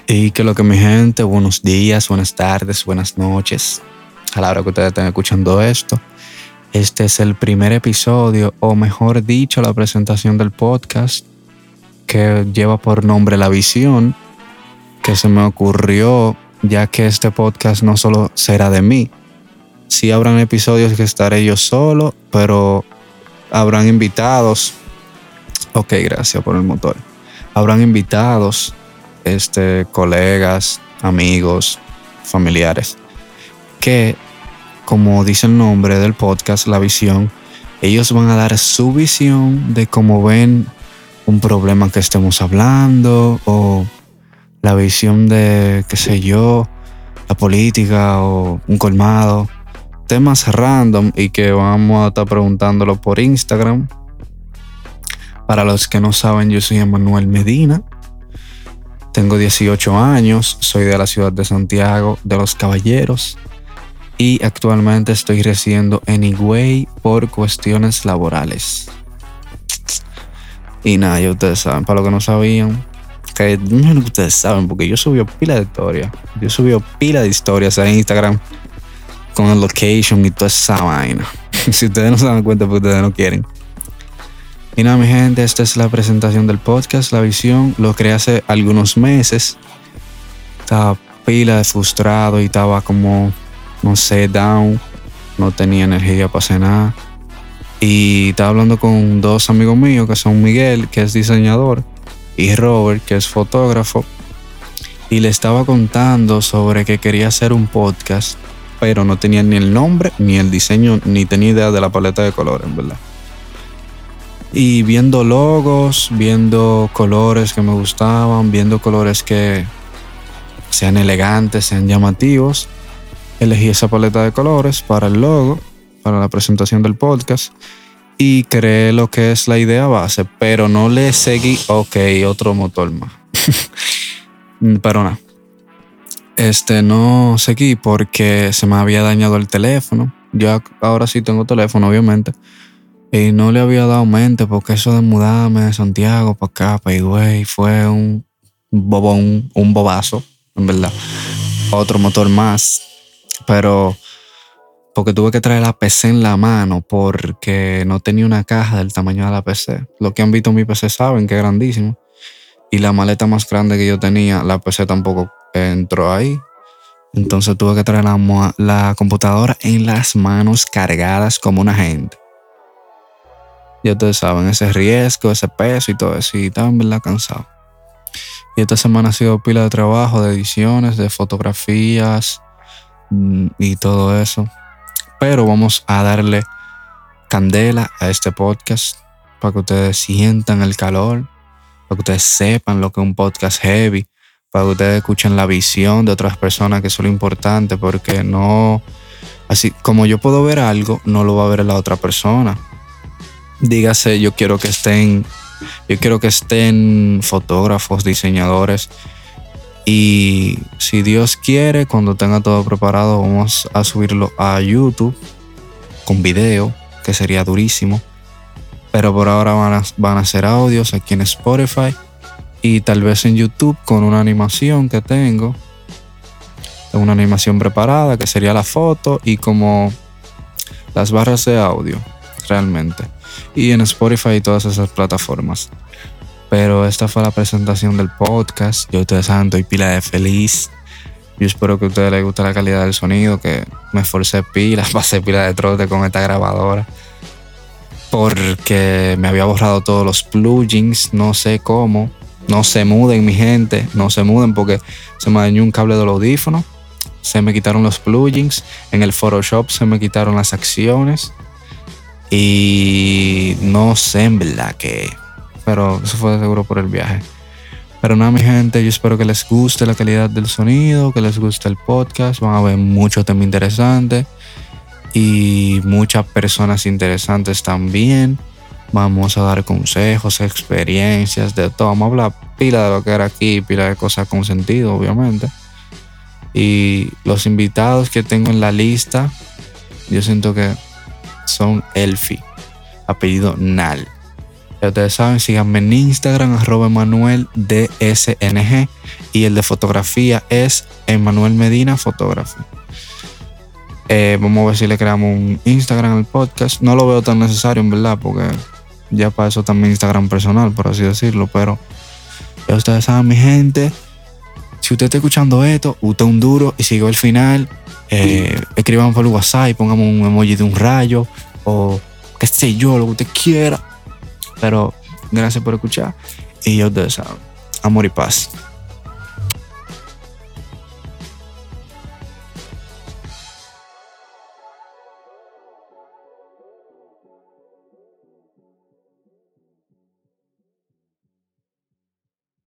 Y que lo que mi gente, buenos días, buenas tardes, buenas noches. A la hora que ustedes estén escuchando esto. Este es el primer episodio, o mejor dicho, la presentación del podcast que lleva por nombre La Visión, que se me ocurrió ya que este podcast no solo será de mí. Sí habrán episodios que estaré yo solo, pero habrán invitados. Ok, gracias por el motor. Habrán invitados, colegas, amigos, familiares, que, como dice el nombre del podcast, La Visión, ellos van a dar su visión de cómo ven un problema que estemos hablando, o la visión de, qué sé yo, la política o un colmado, temas random y que vamos a estar preguntándolo por Instagram. Para los que no saben, yo soy Emanuel Medina. Tengo 18 años, soy de la ciudad de Santiago de los Caballeros y actualmente estoy residiendo en Higüey por cuestiones laborales. Y nada, ya ustedes saben, para los que no sabían, que no ustedes saben, porque yo subí pila de historias. Yo subí pila de historias en Instagram con el location y toda esa vaina. Si ustedes no se dan cuenta, porque ustedes no quieren. Y nada, mi gente, esta es la presentación del podcast, La Visión. Lo creé hace algunos meses. Estaba pila de frustrado y estaba como, no sé, down. No tenía energía para hacer nada. Y estaba hablando con dos amigos míos, que son Miguel, que es diseñador, y Robert, que es fotógrafo. Y le estaba contando sobre que quería hacer un podcast, pero no tenía ni el nombre, ni el diseño, ni tenía idea de la paleta de colores, en verdad. Y viendo logos, viendo colores que me gustaban, viendo colores que sean elegantes, sean llamativos, elegí esa paleta de colores para el logo, para la presentación del podcast, y creé lo que es la idea base, pero no le seguí, otro motor más. Pero nada. No seguí porque se me había dañado el teléfono. Yo ahora sí tengo teléfono, obviamente. Y no le había dado mente porque eso de mudarme de Santiago para acá, para Higüey, fue un bobazo, en verdad. Otro motor más. Pero porque tuve que traer la PC en la mano porque no tenía una caja del tamaño de la PC. Los que han visto mi PC saben que es grandísimo. Y la maleta más grande que yo tenía, la PC tampoco entró ahí. Entonces tuve que traer la computadora en las manos cargadas como una gente. Ya ustedes saben, ese riesgo, ese peso y todo eso. Y estaba en verdad cansado. Y esta semana ha sido pila de trabajo, de ediciones, de fotografías y todo eso. Pero vamos a darle candela a este podcast para que ustedes sientan el calor, para que ustedes sepan lo que es un podcast heavy, para que ustedes escuchen la visión de otras personas, que eso es lo importante, porque no, así como yo puedo ver algo, no lo va a ver la otra persona. Dígase, yo quiero que estén fotógrafos, diseñadores, y si Dios quiere, cuando tenga todo preparado, vamos a subirlo a YouTube con video, que sería durísimo. Pero por ahora van a ser audios aquí en Spotify y tal vez en YouTube con una animación que tengo. Una animación preparada, que sería la foto y como las barras de audio, realmente. Y en Spotify y todas esas plataformas. Pero esta fue la presentación del podcast. Yo, ustedes saben, estoy pila de feliz. Yo espero que a ustedes les guste la calidad del sonido, que me esforcé pila, pasé pila de trote con esta grabadora. Porque me había borrado todos los plugins, no sé cómo. No se muden, mi gente, no se muden porque se me dañó un cable del audífono. Se me quitaron los plugins. En el Photoshop se me quitaron las acciones. Y no sé en verdad qué. Pero eso fue seguro por el viaje. Pero nada, mi gente, yo espero que les guste la calidad del sonido, que les guste el podcast. Van a ver mucho tema interesante y muchas personas interesantes también. Vamos a dar consejos, experiencias, de todo. Vamos a hablar pila de lo que era aquí, pila de cosas con sentido, obviamente. Y los invitados que tengo en la lista, yo siento que son Elfi, apellido Nal. Ya ustedes saben, síganme en Instagram, @EmanuelDSNG. Y el de fotografía es Emanuel Medina Photography. Vamos a ver si le creamos un Instagram al podcast. No lo veo tan necesario, en verdad, porque ya para eso también Instagram personal, por así decirlo. Pero ya ustedes saben, mi gente, si usted está escuchando esto, usted es un duro y siguió el final, escriban por el WhatsApp y pongamos un emoji de un rayo o qué sé yo, lo que usted quiera. Pero gracias por escuchar y ya ustedes saben, amor y paz.